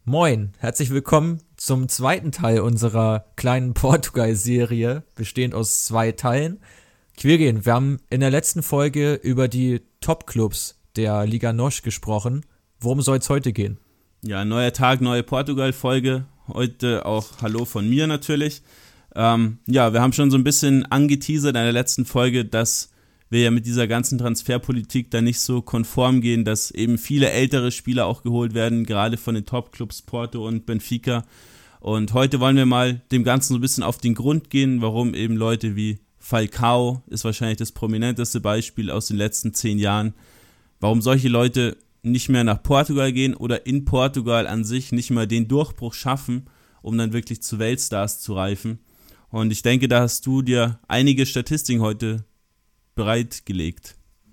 Moin, herzlich willkommen zum zweiten Teil unserer kleinen Portugal-Serie, bestehend aus 2 Teilen. Quirgin, wir haben in der letzten Folge über die Top-Clubs der Liga NOS gesprochen. Worum soll es heute gehen? Ja, neuer Tag, neue Portugal-Folge. Heute auch Hallo von mir natürlich. Wir haben schon so ein bisschen angeteasert in der letzten Folge, dass wir ja mit dieser ganzen Transferpolitik da nicht so konform gehen, dass eben viele ältere Spieler auch geholt werden, gerade von den Top-Clubs Porto und Benfica. Und heute wollen wir mal dem Ganzen so ein bisschen auf den Grund gehen, warum eben Leute wie Falcao ist wahrscheinlich das prominenteste Beispiel aus den letzten 10 Jahren, warum solche Leute nicht mehr nach Portugal gehen oder in Portugal an sich nicht mal den Durchbruch schaffen, um dann wirklich zu Weltstars zu reifen. Und ich denke, da hast du dir einige Statistiken heute bereitgelegt.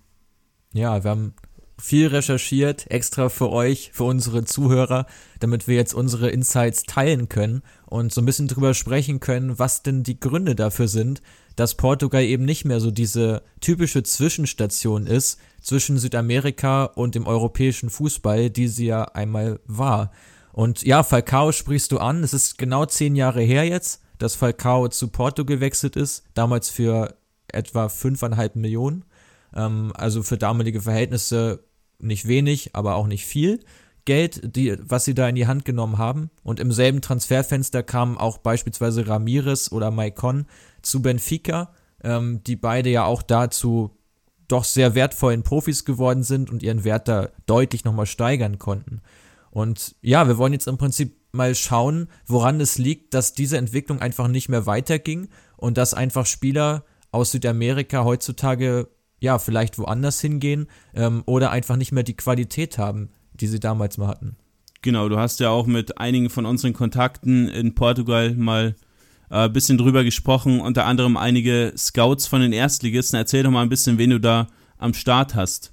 Ja, wir haben viel recherchiert, extra für euch, für unsere Zuhörer, damit wir jetzt unsere Insights teilen können und so ein bisschen drüber sprechen können, was denn die Gründe dafür sind, dass Portugal eben nicht mehr so diese typische Zwischenstation ist zwischen Südamerika und dem europäischen Fußball, die sie ja einmal war. Und ja, Falcao sprichst du an, es ist genau 10 Jahre her jetzt, dass Falcao zu Porto gewechselt ist, damals für etwa 5,5 Millionen, also für damalige Verhältnisse nicht wenig, aber auch nicht viel Geld, was sie da in die Hand genommen haben. Und im selben Transferfenster kamen auch beispielsweise Ramires oder Maicon zu Benfica, die beide ja auch dazu doch sehr wertvollen Profis geworden sind und ihren Wert da deutlich nochmal steigern konnten. Und ja, wir wollen jetzt im Prinzip mal schauen, woran es liegt, dass diese Entwicklung einfach nicht mehr weiterging und dass einfach Spieler aus Südamerika heutzutage ja vielleicht woanders hingehen oder einfach nicht mehr die Qualität haben, die sie damals mal hatten. Genau, du hast ja auch mit einigen von unseren Kontakten in Portugal mal ein bisschen drüber gesprochen, unter anderem einige Scouts von den Erstligisten. Erzähl doch mal ein bisschen, wen du da am Start hast.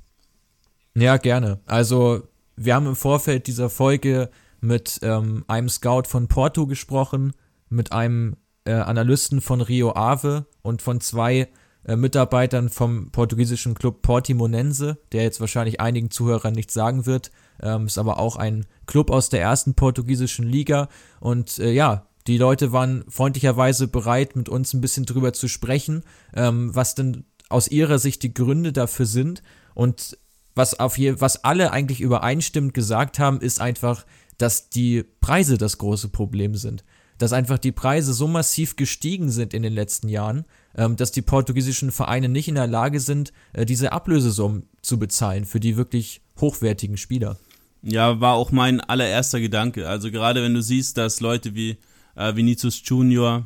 Ja, gerne. Also wir haben im Vorfeld dieser Folge mit einem Scout von Porto gesprochen, mit einem Analysten von Rio Ave und von 2 Mitarbeitern vom portugiesischen Club Portimonense, der jetzt wahrscheinlich einigen Zuhörern nichts sagen wird, ist aber auch ein Club aus der ersten portugiesischen Liga und die Leute waren freundlicherweise bereit, mit uns ein bisschen drüber zu sprechen, was denn aus ihrer Sicht die Gründe dafür sind und was alle eigentlich übereinstimmend gesagt haben, ist einfach, dass die Preise das große Problem sind. Dass einfach die Preise so massiv gestiegen sind in den letzten Jahren, dass die portugiesischen Vereine nicht in der Lage sind, diese Ablösesummen zu bezahlen für die wirklich hochwertigen Spieler. Ja, war auch mein allererster Gedanke. Also gerade wenn du siehst, dass Leute wie Vinicius Junior,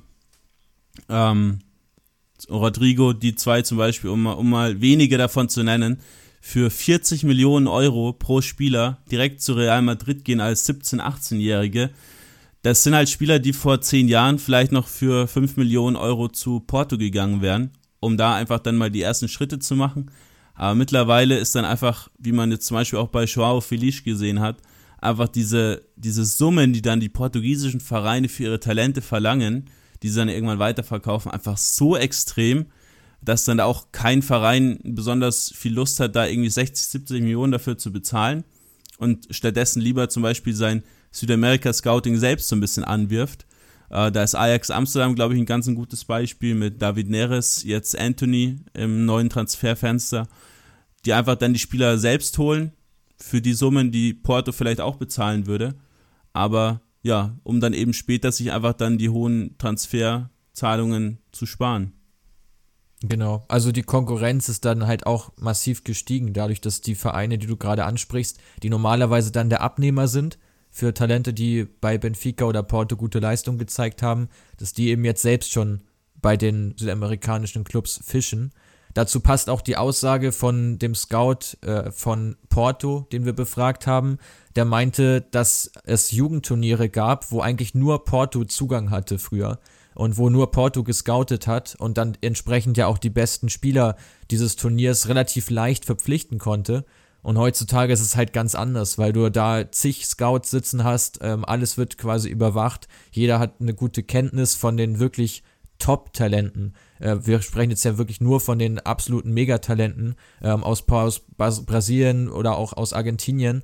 Rodrigo, die 2 zum Beispiel, um mal wenige davon zu nennen, für 40 Millionen Euro pro Spieler direkt zu Real Madrid gehen als 17-, 18-Jährige. Das sind halt Spieler, die vor 10 Jahren vielleicht noch für 5 Millionen Euro zu Porto gegangen wären, um da einfach dann mal die ersten Schritte zu machen. Aber mittlerweile ist dann einfach, wie man jetzt zum Beispiel auch bei João Félix gesehen hat, einfach diese Summen, die dann die portugiesischen Vereine für ihre Talente verlangen, die sie dann irgendwann weiterverkaufen, einfach so extrem, dass dann auch kein Verein besonders viel Lust hat, da irgendwie 60, 70 Millionen dafür zu bezahlen und stattdessen lieber zum Beispiel sein Südamerika-Scouting selbst so ein bisschen anwirft. Da ist Ajax Amsterdam, glaube ich, ein gutes Beispiel mit David Neres, jetzt Anthony im neuen Transferfenster, die einfach dann die Spieler selbst holen für die Summen, die Porto vielleicht auch bezahlen würde, aber ja, um dann eben später sich einfach dann die hohen Transferzahlungen zu sparen. Genau, also die Konkurrenz ist dann halt auch massiv gestiegen, dadurch, dass die Vereine, die du gerade ansprichst, die normalerweise dann der Abnehmer sind für Talente, die bei Benfica oder Porto gute Leistung gezeigt haben, dass die eben jetzt selbst schon bei den südamerikanischen Clubs fischen. Dazu passt auch die Aussage von dem Scout von Porto, den wir befragt haben, der meinte, dass es Jugendturniere gab, wo eigentlich nur Porto Zugang hatte früher und wo nur Porto gescoutet hat und dann entsprechend ja auch die besten Spieler dieses Turniers relativ leicht verpflichten konnte. Und heutzutage ist es halt ganz anders, weil du da zig Scouts sitzen hast, alles wird quasi überwacht, jeder hat eine gute Kenntnis von den wirklich Top-Talenten. Wir sprechen jetzt ja wirklich nur von den absoluten Megatalenten aus Brasilien oder auch aus Argentinien.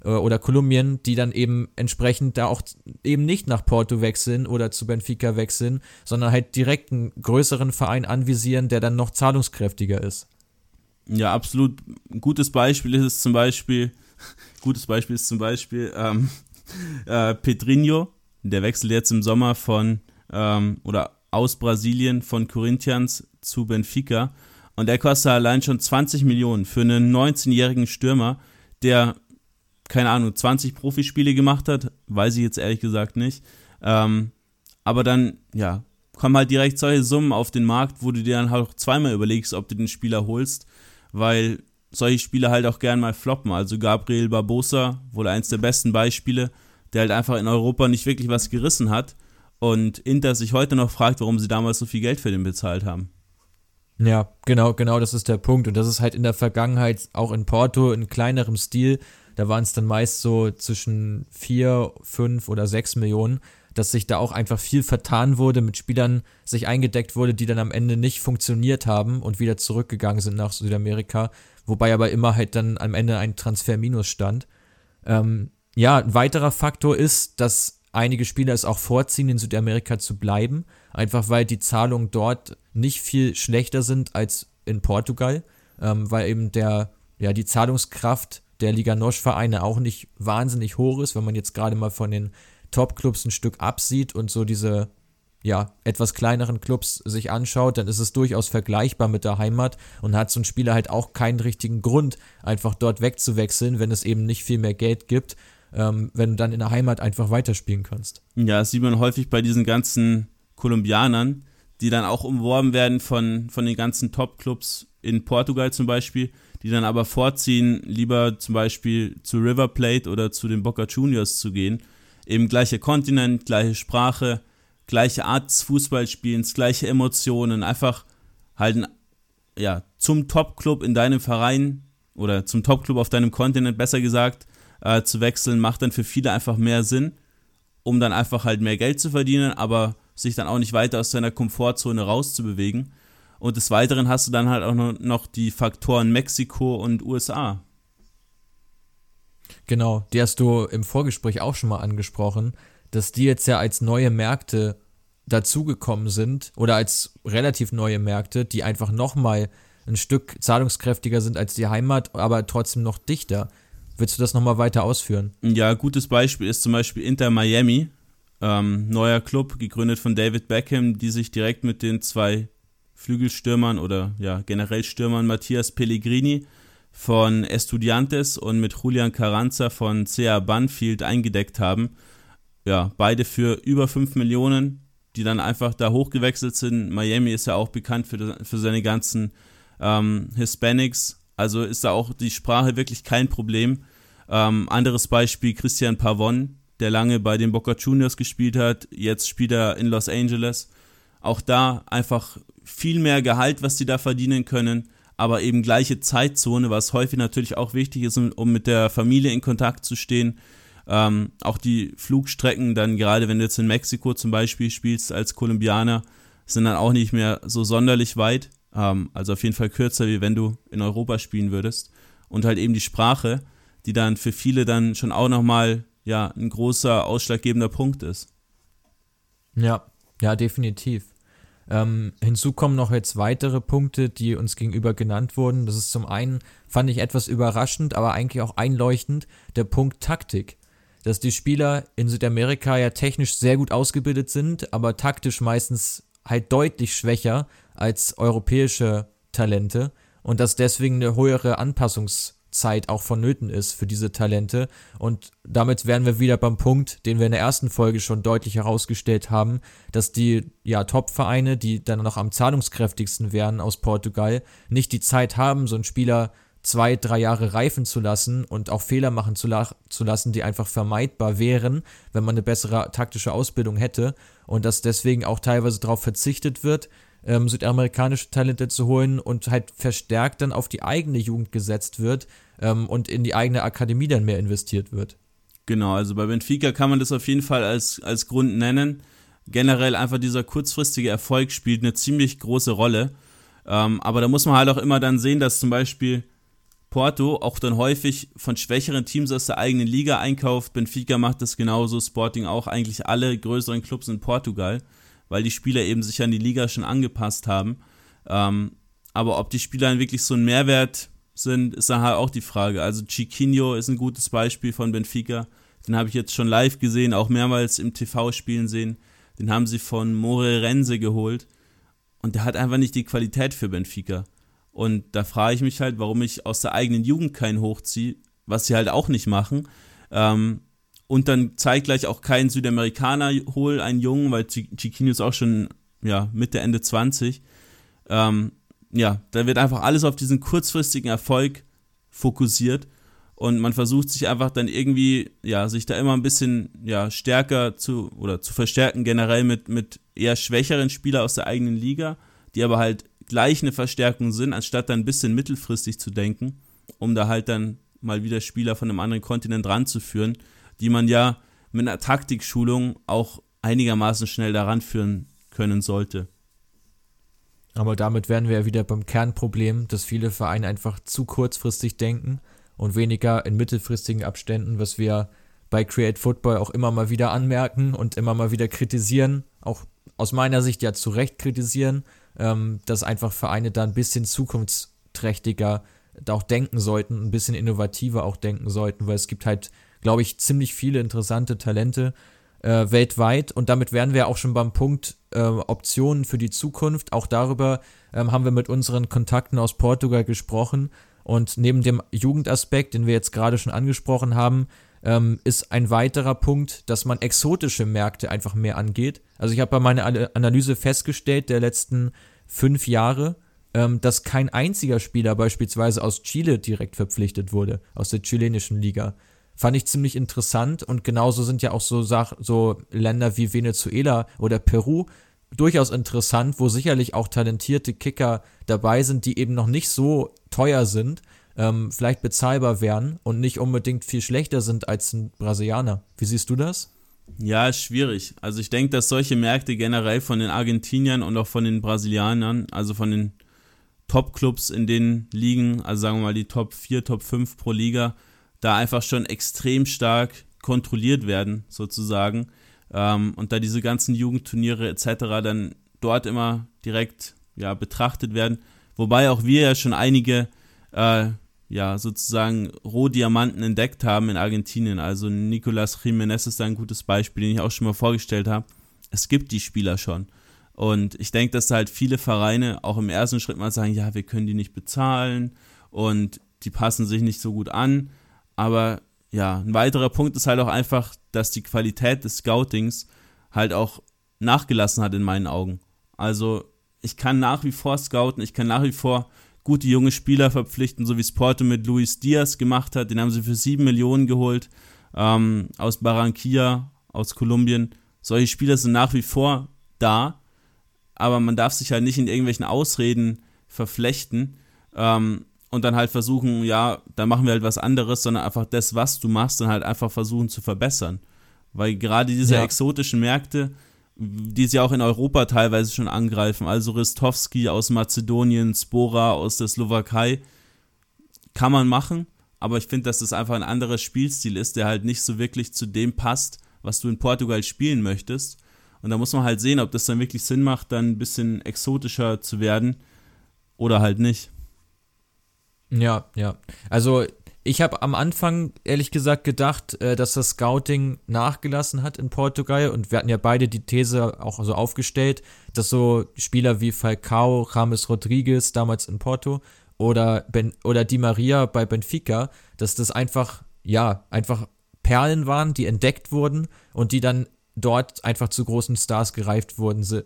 oder Kolumbien, die dann eben entsprechend da auch eben nicht nach Porto wechseln oder zu Benfica wechseln, sondern halt direkt einen größeren Verein anvisieren, der dann noch zahlungskräftiger ist. Ja, absolut. Ein gutes Beispiel ist zum Beispiel Pedrinho, der wechselt jetzt im Sommer aus Brasilien von Corinthians zu Benfica und der kostet allein schon 20 Millionen für einen 19-jährigen Stürmer, der, keine Ahnung, 20 Profispiele gemacht hat, weiß ich jetzt ehrlich gesagt nicht, aber dann, ja, kommen halt direkt solche Summen auf den Markt, wo du dir dann halt auch zweimal überlegst, ob du den Spieler holst, weil solche Spieler halt auch gern mal floppen. Also Gabriel Barbosa, wohl eins der besten Beispiele, der halt einfach in Europa nicht wirklich was gerissen hat und Inter sich heute noch fragt, warum sie damals so viel Geld für den bezahlt haben. Ja, genau, das ist der Punkt. Und das ist halt in der Vergangenheit auch in Porto in kleinerem Stil. Da waren es dann meist so zwischen 4, 5 oder 6 Millionen, dass sich da auch einfach viel vertan wurde, mit Spielern sich eingedeckt wurde, die dann am Ende nicht funktioniert haben und wieder zurückgegangen sind nach Südamerika, wobei aber immer halt dann am Ende ein Transferminus stand. Ein weiterer Faktor ist, dass einige Spieler es auch vorziehen, in Südamerika zu bleiben, einfach weil die Zahlungen dort nicht viel schlechter sind als in Portugal, weil eben die Zahlungskraft der Liga NOS-Vereine auch nicht wahnsinnig hoch ist, wenn man jetzt gerade mal von den Top-Clubs ein Stück absieht und so diese etwas kleineren Clubs sich anschaut, dann ist es durchaus vergleichbar mit der Heimat und hat so ein Spieler halt auch keinen richtigen Grund, einfach dort wegzuwechseln, wenn es eben nicht viel mehr Geld gibt, wenn du dann in der Heimat einfach weiterspielen kannst. Ja, das sieht man häufig bei diesen ganzen Kolumbianern, die dann auch umworben werden von den ganzen Top-Clubs in Portugal zum Beispiel, die dann aber vorziehen, lieber zum Beispiel zu River Plate oder zu den Boca Juniors zu gehen. Eben gleicher Kontinent, gleiche Sprache, gleiche Art des Fußballspielens, gleiche Emotionen, einfach halt zum Top-Club in deinem Verein oder zum Top-Club auf deinem Kontinent, besser gesagt, zu wechseln, macht dann für viele einfach mehr Sinn, um dann einfach halt mehr Geld zu verdienen, aber sich dann auch nicht weiter aus seiner Komfortzone rauszubewegen. Und des Weiteren hast du dann halt auch noch die Faktoren Mexiko und USA. Genau, die hast du im Vorgespräch auch schon mal angesprochen, dass die jetzt ja als neue Märkte dazugekommen sind oder als relativ neue Märkte, die einfach nochmal ein Stück zahlungskräftiger sind als die Heimat, aber trotzdem noch dichter. Willst du das nochmal weiter ausführen? Ja, gutes Beispiel ist zum Beispiel Inter Miami, neuer Club, gegründet von David Beckham, die sich direkt mit den zwei Flügelstürmern oder generell Stürmern Matthias Pellegrini von Estudiantes und mit Julian Carranza von CA Banfield eingedeckt haben. Ja, beide für über 5 Millionen, die dann einfach da hochgewechselt sind. Miami ist ja auch bekannt für seine ganzen Hispanics, also ist da auch die Sprache wirklich kein Problem. Anderes Beispiel, Christian Pavón, der lange bei den Boca Juniors gespielt hat, jetzt spielt er in Los Angeles. Auch da einfach viel mehr Gehalt, was die da verdienen können, aber eben gleiche Zeitzone, was häufig natürlich auch wichtig ist, um mit der Familie in Kontakt zu stehen. Auch die Flugstrecken, dann gerade wenn du jetzt in Mexiko zum Beispiel spielst als Kolumbianer, sind dann auch nicht mehr so sonderlich weit. Also auf jeden Fall kürzer, wie wenn du in Europa spielen würdest. Und halt eben die Sprache, die dann für viele dann schon auch nochmal ein großer, ausschlaggebender Punkt ist. Ja, definitiv. Hinzu kommen noch jetzt weitere Punkte, die uns gegenüber genannt wurden. Das ist zum einen, fand ich etwas überraschend, aber eigentlich auch einleuchtend, der Punkt Taktik. Dass die Spieler in Südamerika ja technisch sehr gut ausgebildet sind, aber taktisch meistens halt deutlich schwächer als europäische Talente und dass deswegen eine höhere Anpassungszeit auch vonnöten ist für diese Talente. Und damit wären wir wieder beim Punkt, den wir in der ersten Folge schon deutlich herausgestellt haben, dass die Top-Vereine, die dann noch am zahlungskräftigsten wären aus Portugal, nicht die Zeit haben, so einen Spieler 2-3 Jahre reifen zu lassen und auch Fehler machen zu lassen, die einfach vermeidbar wären, wenn man eine bessere taktische Ausbildung hätte, und dass deswegen auch teilweise darauf verzichtet wird, südamerikanische Talente zu holen und halt verstärkt dann auf die eigene Jugend gesetzt wird und in die eigene Akademie dann mehr investiert wird. Genau, also bei Benfica kann man das auf jeden Fall als Grund nennen. Generell einfach dieser kurzfristige Erfolg spielt eine ziemlich große Rolle, aber da muss man halt auch immer dann sehen, dass zum Beispiel Porto auch dann häufig von schwächeren Teams aus der eigenen Liga einkauft. Benfica macht das genauso, Sporting auch, eigentlich alle größeren Clubs in Portugal, weil die Spieler eben sich an die Liga schon angepasst haben. Aber ob die Spieler dann wirklich so ein Mehrwert sind, ist dann halt auch die Frage. Also Chiquinho ist ein gutes Beispiel von Benfica. Den habe ich jetzt schon live gesehen, auch mehrmals im TV spielen sehen. Den haben sie von Moreirense geholt. Und der hat einfach nicht die Qualität für Benfica. Und da frage ich mich halt, warum ich aus der eigenen Jugend keinen hochziehe, was sie halt auch nicht machen. Und dann zeitgleich auch keinen Südamerikaner hole, einen Jungen, weil Chiquinho ist auch schon Mitte, Ende 20. Da wird einfach alles auf diesen kurzfristigen Erfolg fokussiert und man versucht sich einfach dann irgendwie, sich da immer ein bisschen stärker zu verstärken, generell mit eher schwächeren Spielern aus der eigenen Liga, die aber halt gleich eine Verstärkung sind, anstatt dann ein bisschen mittelfristig zu denken, um da halt dann mal wieder Spieler von einem anderen Kontinent ranzuführen, die man ja mit einer Taktikschulung auch einigermaßen schnell daran führen können sollte. Aber damit wären wir ja wieder beim Kernproblem, dass viele Vereine einfach zu kurzfristig denken und weniger in mittelfristigen Abständen, was wir bei Create Football auch immer mal wieder anmerken und immer mal wieder kritisieren, auch aus meiner Sicht ja zu Recht kritisieren, dass einfach Vereine da ein bisschen zukunftsträchtiger auch denken sollten, ein bisschen innovativer auch denken sollten, weil es gibt halt, glaube ich, ziemlich viele interessante Talente weltweit und damit wären wir auch schon beim Punkt Optionen für die Zukunft. Auch darüber haben wir mit unseren Kontakten aus Portugal gesprochen und neben dem Jugendaspekt, den wir jetzt gerade schon angesprochen haben, ist ein weiterer Punkt, dass man exotische Märkte einfach mehr angeht. Also ich habe bei meiner Analyse festgestellt, der letzten 5 Jahre, dass kein einziger Spieler beispielsweise aus Chile direkt verpflichtet wurde, aus der chilenischen Liga. Fand ich ziemlich interessant und genauso sind ja auch so Länder wie Venezuela oder Peru durchaus interessant, wo sicherlich auch talentierte Kicker dabei sind, die eben noch nicht so teuer sind, vielleicht bezahlbar wären und nicht unbedingt viel schlechter sind als ein Brasilianer. Wie siehst du das? Ja, ist schwierig. Also ich denke, dass solche Märkte generell von den Argentiniern und auch von den Brasilianern, also von den Top-Clubs in den Ligen, also sagen wir mal die Top 4, Top 5 pro Liga, da einfach schon extrem stark kontrolliert werden, sozusagen. Und da diese ganzen Jugendturniere etc. dann dort immer direkt betrachtet werden. Wobei auch wir ja schon einige sozusagen Rohdiamanten entdeckt haben in Argentinien. Also Nicolás Jiménez ist da ein gutes Beispiel, den ich auch schon mal vorgestellt habe. Es gibt die Spieler schon. Und ich denke, dass da halt viele Vereine auch im ersten Schritt mal sagen, wir können die nicht bezahlen und die passen sich nicht so gut an. Aber ein weiterer Punkt ist halt auch einfach, dass die Qualität des Scoutings halt auch nachgelassen hat in meinen Augen. Also ich kann nach wie vor scouten, ich kann nach wie vor gute junge Spieler verpflichten, so wie es Porto mit Luis Diaz gemacht hat. Den haben sie für 7 Millionen geholt, aus Barranquilla, aus Kolumbien. Solche Spieler sind nach wie vor da, aber man darf sich halt nicht in irgendwelchen Ausreden verflechten, und dann halt versuchen, dann machen wir halt was anderes, sondern einfach das, was du machst, dann halt einfach versuchen zu verbessern. Weil gerade diese exotischen Märkte, die sie auch in Europa teilweise schon angreifen, also Ristovski aus Mazedonien, Spora aus der Slowakei, kann man machen, aber ich finde, dass das einfach ein anderer Spielstil ist, der halt nicht so wirklich zu dem passt, was du in Portugal spielen möchtest. Und da muss man halt sehen, ob das dann wirklich Sinn macht, dann ein bisschen exotischer zu werden oder halt nicht. Ja. Also ich habe am Anfang ehrlich gesagt gedacht, dass das Scouting nachgelassen hat in Portugal und wir hatten ja beide die These auch so aufgestellt, dass so Spieler wie Falcao, James Rodriguez damals in Porto oder Di Maria bei Benfica, dass das einfach Perlen waren, die entdeckt wurden und die dann dort einfach zu großen Stars gereift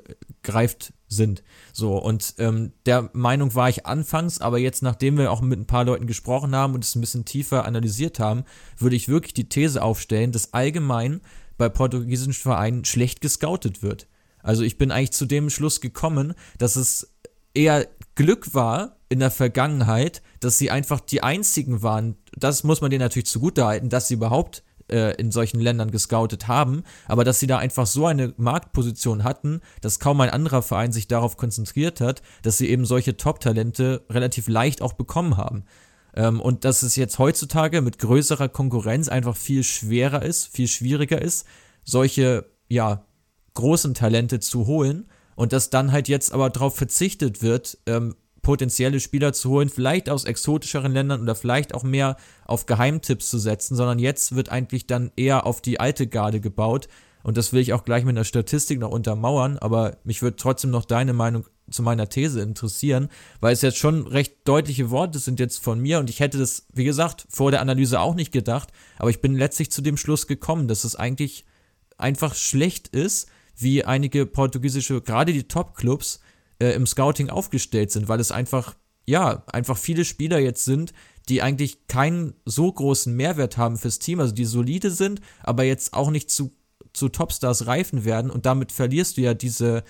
sind. So, und der Meinung war ich anfangs, aber jetzt, nachdem wir auch mit ein paar Leuten gesprochen haben und es ein bisschen tiefer analysiert haben, würde ich wirklich die These aufstellen, dass allgemein bei portugiesischen Vereinen schlecht gescoutet wird. Also ich bin eigentlich zu dem Schluss gekommen, dass es eher Glück war in der Vergangenheit, dass sie einfach die einzigen waren, das muss man denen natürlich zugutehalten, dass sie überhaupt in solchen Ländern gescoutet haben, aber dass sie da einfach so eine Marktposition hatten, dass kaum ein anderer Verein sich darauf konzentriert hat, dass sie eben solche Top-Talente relativ leicht auch bekommen haben. Und dass es jetzt heutzutage mit größerer Konkurrenz einfach viel schwerer ist, viel schwieriger ist, solche, ja, großen Talente zu holen und dass dann halt jetzt aber darauf verzichtet wird, potenzielle Spieler zu holen, vielleicht aus exotischeren Ländern oder vielleicht auch mehr auf Geheimtipps zu setzen, sondern jetzt wird eigentlich dann eher auf die alte Garde gebaut und das will ich auch gleich mit einer Statistik noch untermauern, aber mich würde trotzdem noch deine Meinung zu meiner These interessieren, weil es jetzt schon recht deutliche Worte sind jetzt von mir und ich hätte das, wie gesagt, vor der Analyse auch nicht gedacht, aber ich bin letztlich zu dem Schluss gekommen, dass es eigentlich einfach schlecht ist, wie einige portugiesische, gerade die Top-Clubs, im Scouting aufgestellt sind, weil es einfach viele Spieler jetzt sind, die eigentlich keinen so großen Mehrwert haben fürs Team, also die solide sind, aber jetzt auch nicht zu Topstars reifen werden und damit verlierst du ja diese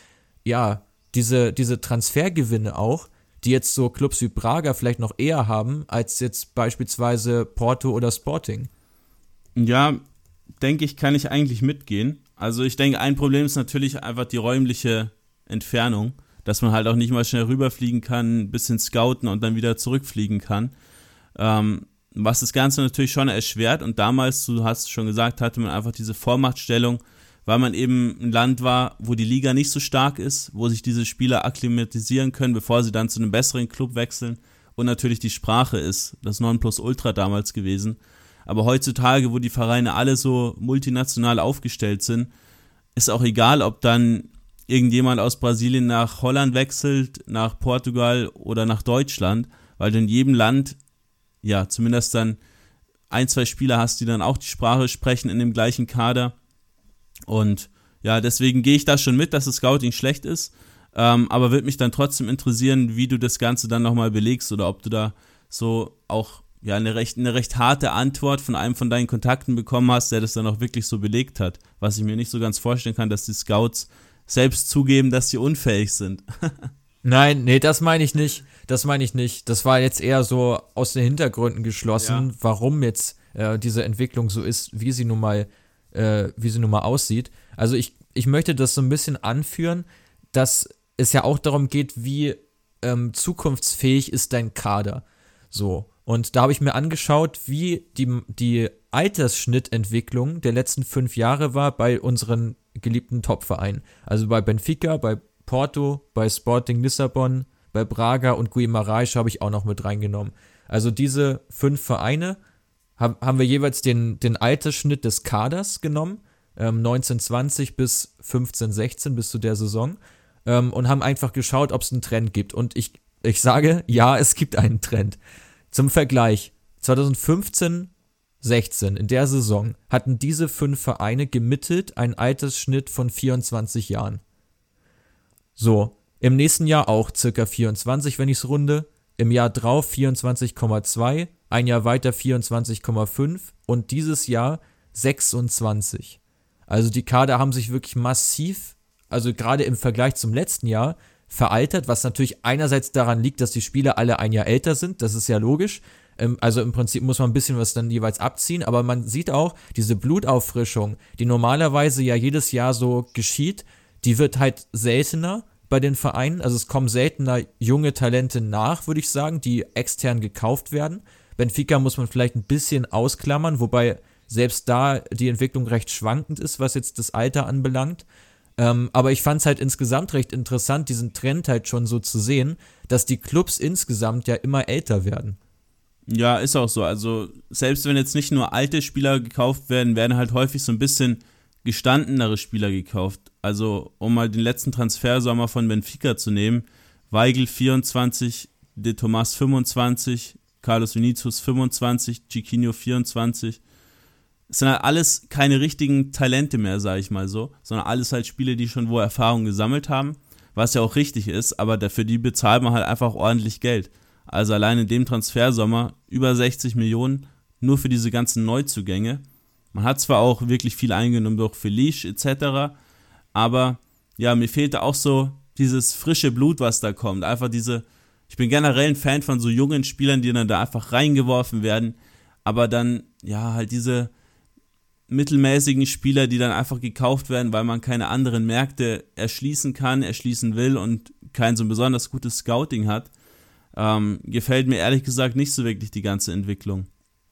Transfergewinne auch, die jetzt so Clubs wie Braga vielleicht noch eher haben, als jetzt beispielsweise Porto oder Sporting. Ja, denke ich, kann ich eigentlich mitgehen. Also ich denke, ein Problem ist natürlich einfach die räumliche Entfernung, dass man halt auch nicht mal schnell rüberfliegen kann, ein bisschen scouten und dann wieder zurückfliegen kann. Was das Ganze natürlich schon erschwert und damals, du hast schon gesagt, hatte man einfach diese Vormachtstellung, weil man eben ein Land war, wo die Liga nicht so stark ist, wo sich diese Spieler akklimatisieren können, bevor sie dann zu einem besseren Club wechseln und natürlich die Sprache ist das Nonplusultra damals gewesen. Aber heutzutage, wo die Vereine alle so multinational aufgestellt sind, ist auch egal, ob dann irgendjemand aus Brasilien nach Holland wechselt, nach Portugal oder nach Deutschland, weil du in jedem Land ja zumindest dann 1-2 Spieler hast, die dann auch die Sprache sprechen in dem gleichen Kader. Und ja, deswegen gehe ich da schon mit, dass das Scouting schlecht ist, aber würde mich dann trotzdem interessieren, wie du das Ganze dann nochmal belegst oder ob du da so auch eine recht harte Antwort von einem von deinen Kontakten bekommen hast, der das dann auch wirklich so belegt hat, was ich mir nicht so ganz vorstellen kann, dass die Scouts selbst zugeben, dass sie unfähig sind. Nein, das meine ich nicht. Das war jetzt eher so aus den Hintergründen geschlossen, warum jetzt diese Entwicklung so ist, wie sie nun mal aussieht. Also ich möchte das so ein bisschen anführen, dass es ja auch darum geht, wie zukunftsfähig ist dein Kader. So. Und da habe ich mir angeschaut, wie die Altersschnittentwicklung der letzten 5 Jahre war bei unseren geliebten Top-Vereinen. Also bei Benfica, bei Porto, bei Sporting Lissabon, bei Braga und Guimarães habe ich auch noch mit reingenommen. Also diese 5 Vereine haben wir jeweils den Altersschnitt des Kaders genommen, 1920 bis 15/16 bis zu der Saison, und haben einfach geschaut, ob es einen Trend gibt. Und ich sage, ja, es gibt einen Trend. Zum Vergleich, 2015/16, in der Saison, hatten diese 5 Vereine gemittelt einen Altersschnitt von 24 Jahren. So, im nächsten Jahr auch circa 24, wenn ich es runde, im Jahr drauf 24,2, ein Jahr weiter 24,5 und dieses Jahr 26. Also die Kader haben sich wirklich massiv, also gerade im Vergleich zum letzten Jahr, veraltert, was natürlich einerseits daran liegt, dass die Spieler alle ein Jahr älter sind, das ist ja logisch, also im Prinzip muss man ein bisschen was dann jeweils abziehen, aber man sieht auch, diese Blutauffrischung, die normalerweise ja jedes Jahr so geschieht, die wird halt seltener bei den Vereinen, also es kommen seltener junge Talente nach, würde ich sagen, die extern gekauft werden. Benfica muss man vielleicht ein bisschen ausklammern, wobei selbst da die Entwicklung recht schwankend ist, was jetzt das Alter anbelangt. Aber ich fand es halt insgesamt recht interessant, diesen Trend halt schon so zu sehen, dass die Clubs insgesamt ja immer älter werden. Ja, ist auch so. Also selbst wenn jetzt nicht nur alte Spieler gekauft werden, werden halt häufig so ein bisschen gestandenere Spieler gekauft. Also um mal den letzten Transfersommer von Benfica zu nehmen, Weigl 24, De Tomàs 25, Carlos Vinícius 25, Chiquinho 24. Es sind halt alles keine richtigen Talente mehr, sage ich mal so, sondern alles halt Spieler, die schon wo Erfahrung gesammelt haben, was ja auch richtig ist, aber für die bezahlt man halt einfach ordentlich Geld. Also allein in dem Transfersommer über 60 Millionen nur für diese ganzen Neuzugänge. Man hat zwar auch wirklich viel eingenommen durch Felice etc., aber ja, mir fehlte auch so dieses frische Blut, was da kommt. Einfach ich bin generell ein Fan von so jungen Spielern, die dann da einfach reingeworfen werden, aber dann ja halt diese mittelmäßigen Spieler, die dann einfach gekauft werden, weil man keine anderen Märkte erschließen will und kein so besonders gutes Scouting hat. gefällt mir ehrlich gesagt nicht so wirklich die ganze Entwicklung.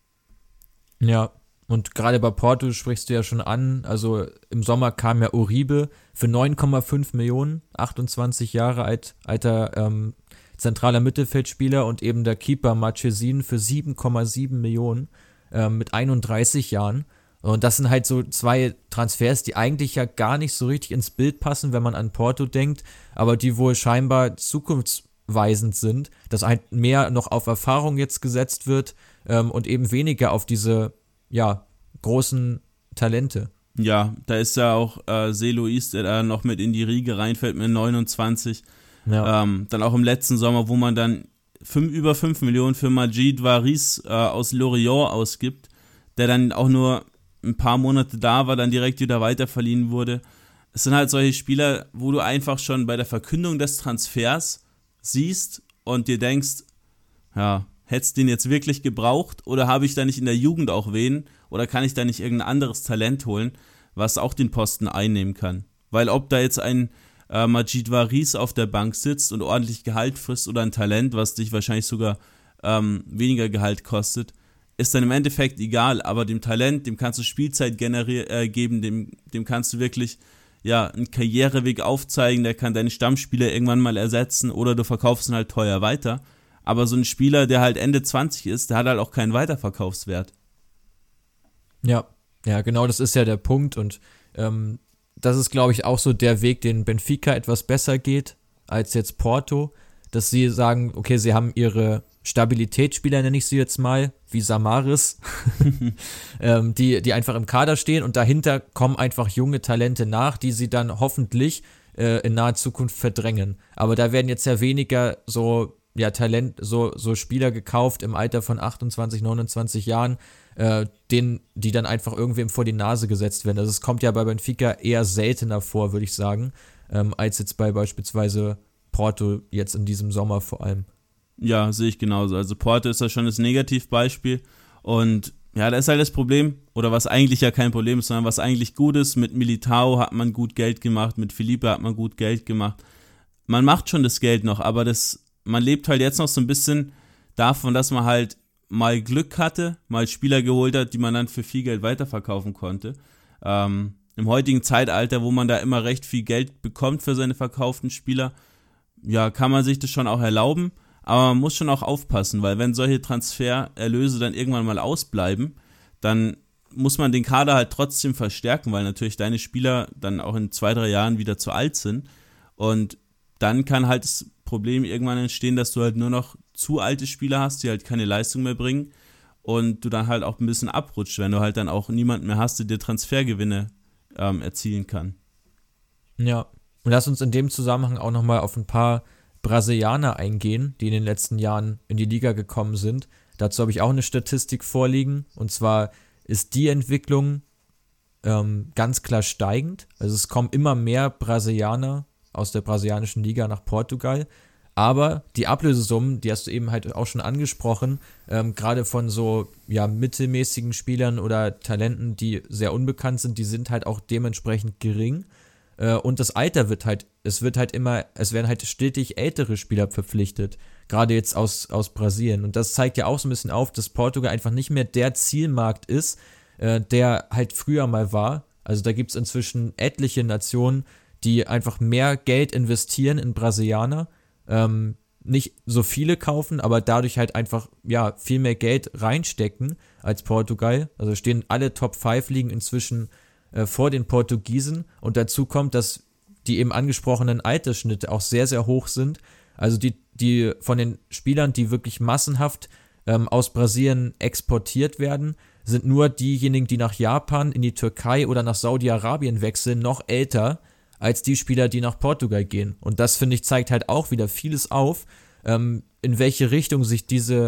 Ja, und gerade bei Porto sprichst du ja schon an, also im Sommer kam ja Uribe für 9,5 Millionen, 28 Jahre alter zentraler Mittelfeldspieler, und eben der Keeper Marchesin für 7,7 Millionen mit 31 Jahren. Und das sind halt so zwei Transfers, die eigentlich ja gar nicht so richtig ins Bild passen, wenn man an Porto denkt, aber die wohl scheinbar zukunftsweisend sind, dass halt mehr noch auf Erfahrung jetzt gesetzt wird und eben weniger auf diese, ja, großen Talente. Ja, da ist ja auch Selois, der da noch mit in die Riege reinfällt mit 29. Ja. Dann auch im letzten Sommer, wo man dann über 5 Millionen für Majid Waris aus Lorient ausgibt, der dann auch nur ein paar Monate da war, dann direkt wieder weiterverliehen wurde. Es sind halt solche Spieler, wo du einfach schon bei der Verkündung des Transfers siehst und dir denkst, ja, hättest du den jetzt wirklich gebraucht oder habe ich da nicht in der Jugend auch wen oder kann ich da nicht irgendein anderes Talent holen, was auch den Posten einnehmen kann? Weil ob da jetzt ein Majid Waris auf der Bank sitzt und ordentlich Gehalt frisst oder ein Talent, was dich wahrscheinlich sogar weniger Gehalt kostet, ist dann im Endeffekt egal, aber dem Talent, dem kannst du Spielzeit geben, dem kannst du wirklich einen Karriereweg aufzeigen, der kann deine Stammspieler irgendwann mal ersetzen oder du verkaufst ihn halt teuer weiter. Aber so ein Spieler, der halt Ende 20 ist, der hat halt auch keinen Weiterverkaufswert. Ja, genau, das ist ja der Punkt, und das ist, glaube ich, auch so der Weg, den Benfica etwas besser geht als jetzt Porto, dass sie sagen, okay, sie haben ihre Stabilitätsspieler, nenne ich sie jetzt mal, wie Samaris, die einfach im Kader stehen, und dahinter kommen einfach junge Talente nach, die sie dann hoffentlich in naher Zukunft verdrängen. Aber da werden jetzt ja weniger so Spieler gekauft im Alter von 28, 29 Jahren, die dann einfach irgendwem vor die Nase gesetzt werden. Also es kommt ja bei Benfica eher seltener vor, würde ich sagen, als jetzt bei beispielsweise Porto jetzt in diesem Sommer vor allem. Ja, sehe ich genauso. Also Porto ist da schon das Negativbeispiel und ja, da ist halt das Problem, oder was eigentlich ja kein Problem ist, sondern was eigentlich gut ist, mit Militao hat man gut Geld gemacht, mit Felipe hat man gut Geld gemacht. Man macht schon das Geld noch, aber man lebt halt jetzt noch so ein bisschen davon, dass man halt mal Glück hatte, mal Spieler geholt hat, die man dann für viel Geld weiterverkaufen konnte. Im heutigen Zeitalter, wo man da immer recht viel Geld bekommt für seine verkauften Spieler, ja, kann man sich das schon auch erlauben, aber man muss schon auch aufpassen, weil wenn solche Transfererlöse dann irgendwann mal ausbleiben, dann muss man den Kader halt trotzdem verstärken, weil natürlich deine Spieler dann auch in 2-3 Jahren wieder zu alt sind, und dann kann halt das Problem irgendwann entstehen, dass du halt nur noch zu alte Spieler hast, die halt keine Leistung mehr bringen und du dann halt auch ein bisschen abrutscht, wenn du halt dann auch niemanden mehr hast, der dir Transfergewinne erzielen kann. Ja, und lass uns in dem Zusammenhang auch nochmal auf ein paar Brasilianer eingehen, die in den letzten Jahren in die Liga gekommen sind. Dazu habe ich auch eine Statistik vorliegen, und zwar ist die Entwicklung ganz klar steigend. Also es kommen immer mehr Brasilianer aus der brasilianischen Liga nach Portugal, aber die Ablösesummen, die hast du eben halt auch schon angesprochen, gerade von so mittelmäßigen Spielern oder Talenten, die sehr unbekannt sind, die sind halt auch dementsprechend gering, und das Alter es werden halt stetig ältere Spieler verpflichtet, gerade jetzt aus Brasilien, und das zeigt ja auch so ein bisschen auf, dass Portugal einfach nicht mehr der Zielmarkt ist, der halt früher mal war. Also da gibt es inzwischen etliche Nationen, die einfach mehr Geld investieren in Brasilianer, nicht so viele kaufen, aber dadurch halt einfach viel mehr Geld reinstecken als Portugal. Also stehen alle Top 5 liegen inzwischen vor den Portugiesen, und dazu kommt, dass die eben angesprochenen Altersschnitte auch sehr, sehr hoch sind. Also die von den Spielern, die wirklich massenhaft aus Brasilien exportiert werden, sind nur diejenigen, die nach Japan, in die Türkei oder nach Saudi-Arabien wechseln, noch älter als die Spieler, die nach Portugal gehen. Und das, finde ich, zeigt halt auch wieder vieles auf, in welche Richtung sich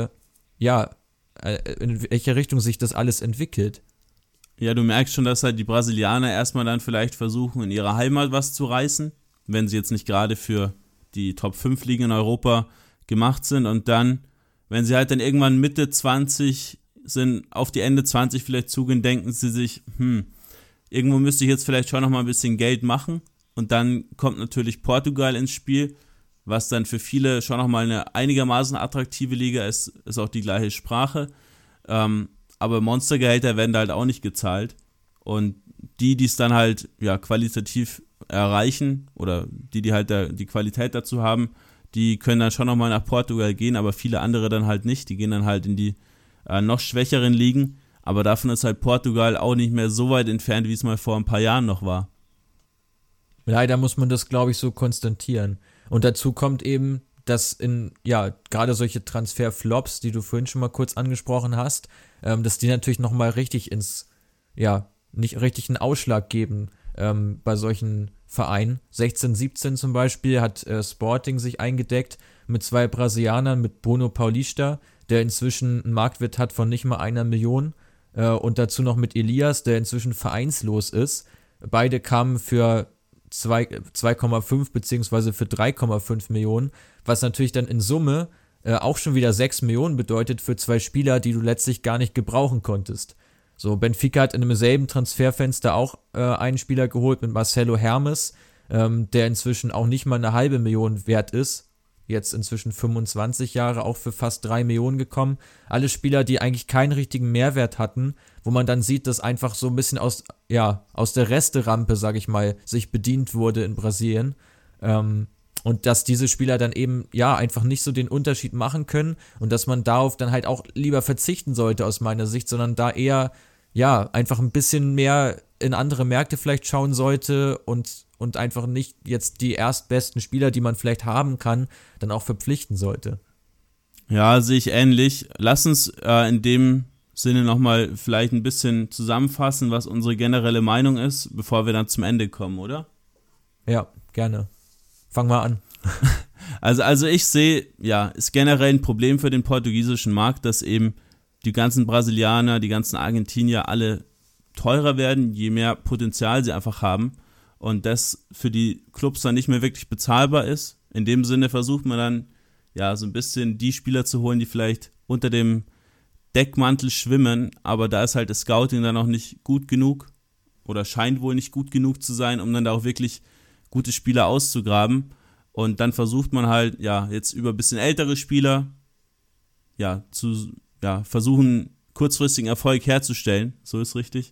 das alles entwickelt. Ja, du merkst schon, dass halt die Brasilianer erstmal dann vielleicht versuchen, in ihrer Heimat was zu reißen, wenn sie jetzt nicht gerade für die Top 5 Ligen in Europa gemacht sind, und dann, wenn sie halt dann irgendwann Mitte 20 sind, auf die Ende 20 vielleicht zugehen, denken sie sich, irgendwo müsste ich jetzt vielleicht schon noch mal ein bisschen Geld machen, und dann kommt natürlich Portugal ins Spiel, was dann für viele schon nochmal eine einigermaßen attraktive Liga ist, ist auch die gleiche Sprache. Aber Monstergehälter werden da halt auch nicht gezahlt. Und die es dann halt qualitativ erreichen oder die halt die Qualität dazu haben, die können dann schon nochmal nach Portugal gehen, aber viele andere dann halt nicht. Die gehen dann halt in die noch schwächeren Ligen. Aber davon ist halt Portugal auch nicht mehr so weit entfernt, wie es mal vor ein paar Jahren noch war. Leider muss man das, glaube ich, so konstatieren. Und dazu kommt eben, dass gerade solche Transferflops, die du vorhin schon mal kurz angesprochen hast, dass die natürlich nochmal richtig nicht richtig einen Ausschlag geben bei solchen Vereinen. 16, 17 zum Beispiel hat Sporting sich eingedeckt mit 2 Brasilianern, mit Bruno Paulista, der inzwischen einen Marktwert hat von nicht mal 1 Million, und dazu noch mit Elias, der inzwischen vereinslos ist. Beide kamen für 2,5 beziehungsweise für 3,5 Millionen, was natürlich dann in Summe auch schon wieder 6 Millionen bedeutet für 2 Spieler, die du letztlich gar nicht gebrauchen konntest. So, Benfica hat in demselben Transferfenster auch einen Spieler geholt mit Marcelo Hermes, der inzwischen auch nicht mal eine halbe Million wert ist. Jetzt inzwischen 25 Jahre, auch für fast 3 Millionen gekommen. Alle Spieler, die eigentlich keinen richtigen Mehrwert hatten, wo man dann sieht, dass einfach so ein bisschen aus der Resterampe, sag ich mal, sich bedient wurde in Brasilien. Und dass diese Spieler dann eben, einfach nicht so den Unterschied machen können und dass man darauf dann halt auch lieber verzichten sollte aus meiner Sicht, sondern da eher, einfach ein bisschen mehr in andere Märkte vielleicht schauen sollte und einfach nicht jetzt die erstbesten Spieler, die man vielleicht haben kann, dann auch verpflichten sollte. Ja, sehe ich ähnlich. Lass uns in dem Sinne nochmal vielleicht ein bisschen zusammenfassen, was unsere generelle Meinung ist, bevor wir dann zum Ende kommen, oder? Ja, gerne. Fang mal an. Also ich sehe, ist generell ein Problem für den portugiesischen Markt, dass eben die ganzen Brasilianer, die ganzen Argentinier alle teurer werden, je mehr Potenzial sie einfach haben und das für die Clubs dann nicht mehr wirklich bezahlbar ist. In dem Sinne versucht man dann so ein bisschen die Spieler zu holen, die vielleicht unter dem Deckmantel schwimmen, aber da ist halt das Scouting dann auch nicht gut genug oder scheint wohl nicht gut genug zu sein, um dann da auch wirklich gute Spieler auszugraben. Und dann versucht man halt, jetzt über ein bisschen ältere Spieler, versuchen, kurzfristigen Erfolg herzustellen, so ist richtig.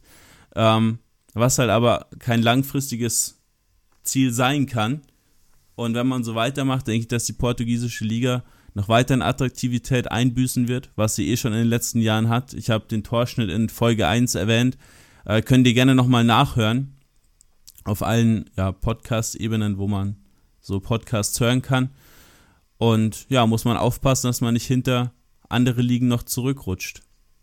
Was halt aber kein langfristiges Ziel sein kann. Und wenn man so weitermacht, denke ich, dass die portugiesische Liga noch weiter an Attraktivität einbüßen wird, was sie schon in den letzten Jahren hat. Ich habe den Torschnitt in Folge 1 erwähnt. Könnt ihr gerne nochmal nachhören. Auf allen Podcast-Ebenen, wo man so Podcasts hören kann. Und muss man aufpassen, dass man nicht hinter andere Ligen noch zurückrutscht.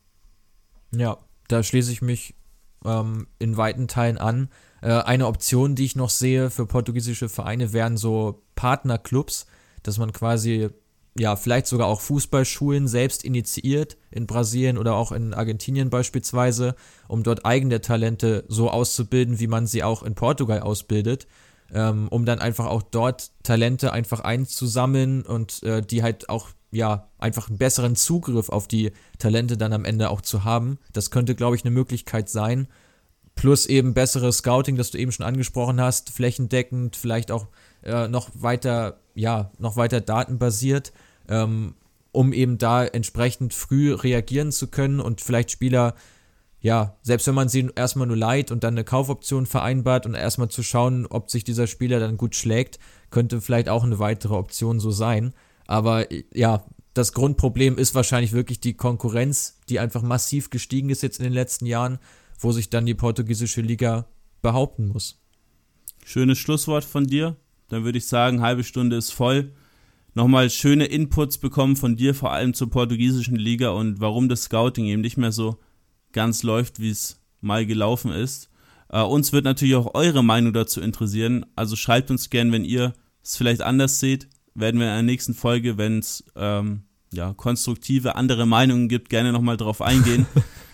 Ja, da schließe ich mich in weiten Teilen an. Eine Option, die ich noch sehe für portugiesische Vereine, wären so Partnerclubs, dass man quasi vielleicht sogar auch Fußballschulen selbst initiiert, in Brasilien oder auch in Argentinien beispielsweise, um dort eigene Talente so auszubilden, wie man sie auch in Portugal ausbildet, um dann einfach auch dort Talente einfach einzusammeln und die halt auch einfach einen besseren Zugriff auf die Talente dann am Ende auch zu haben. Das könnte, glaube ich, eine Möglichkeit sein. Plus eben besseres Scouting, das du eben schon angesprochen hast, flächendeckend, vielleicht auch noch weiter datenbasiert, um eben da entsprechend früh reagieren zu können und vielleicht Spieler, selbst wenn man sie erstmal nur leiht und dann eine Kaufoption vereinbart und erstmal zu schauen, ob sich dieser Spieler dann gut schlägt, könnte vielleicht auch eine weitere Option so sein. Aber das Grundproblem ist wahrscheinlich wirklich die Konkurrenz, die einfach massiv gestiegen ist jetzt in den letzten Jahren, wo sich dann die portugiesische Liga behaupten muss. Schönes Schlusswort von dir. Dann würde ich sagen, halbe Stunde ist voll. Nochmal schöne Inputs bekommen von dir, vor allem zur portugiesischen Liga und warum das Scouting eben nicht mehr so ganz läuft, wie es mal gelaufen ist. Uns wird natürlich auch eure Meinung dazu interessieren. Also schreibt uns gern, wenn ihr es vielleicht anders seht. Werden wir in der nächsten Folge, wenn es konstruktive andere Meinungen gibt, gerne nochmal drauf eingehen.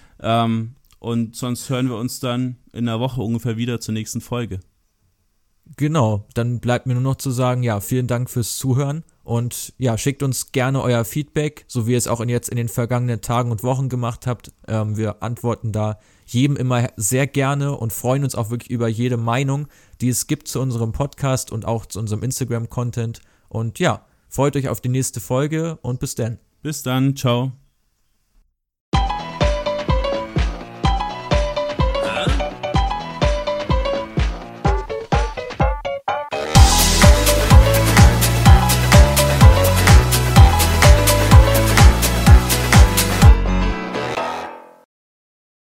Und sonst hören wir uns dann in einer Woche ungefähr wieder zur nächsten Folge. Genau, dann bleibt mir nur noch zu sagen, vielen Dank fürs Zuhören und schickt uns gerne euer Feedback, so wie ihr es auch jetzt in den vergangenen Tagen und Wochen gemacht habt. Wir antworten da jedem immer sehr gerne und freuen uns auch wirklich über jede Meinung, die es gibt zu unserem Podcast und auch zu unserem Instagram-Content. Und ja, freut euch auf die nächste Folge und bis dann. Bis dann, ciao.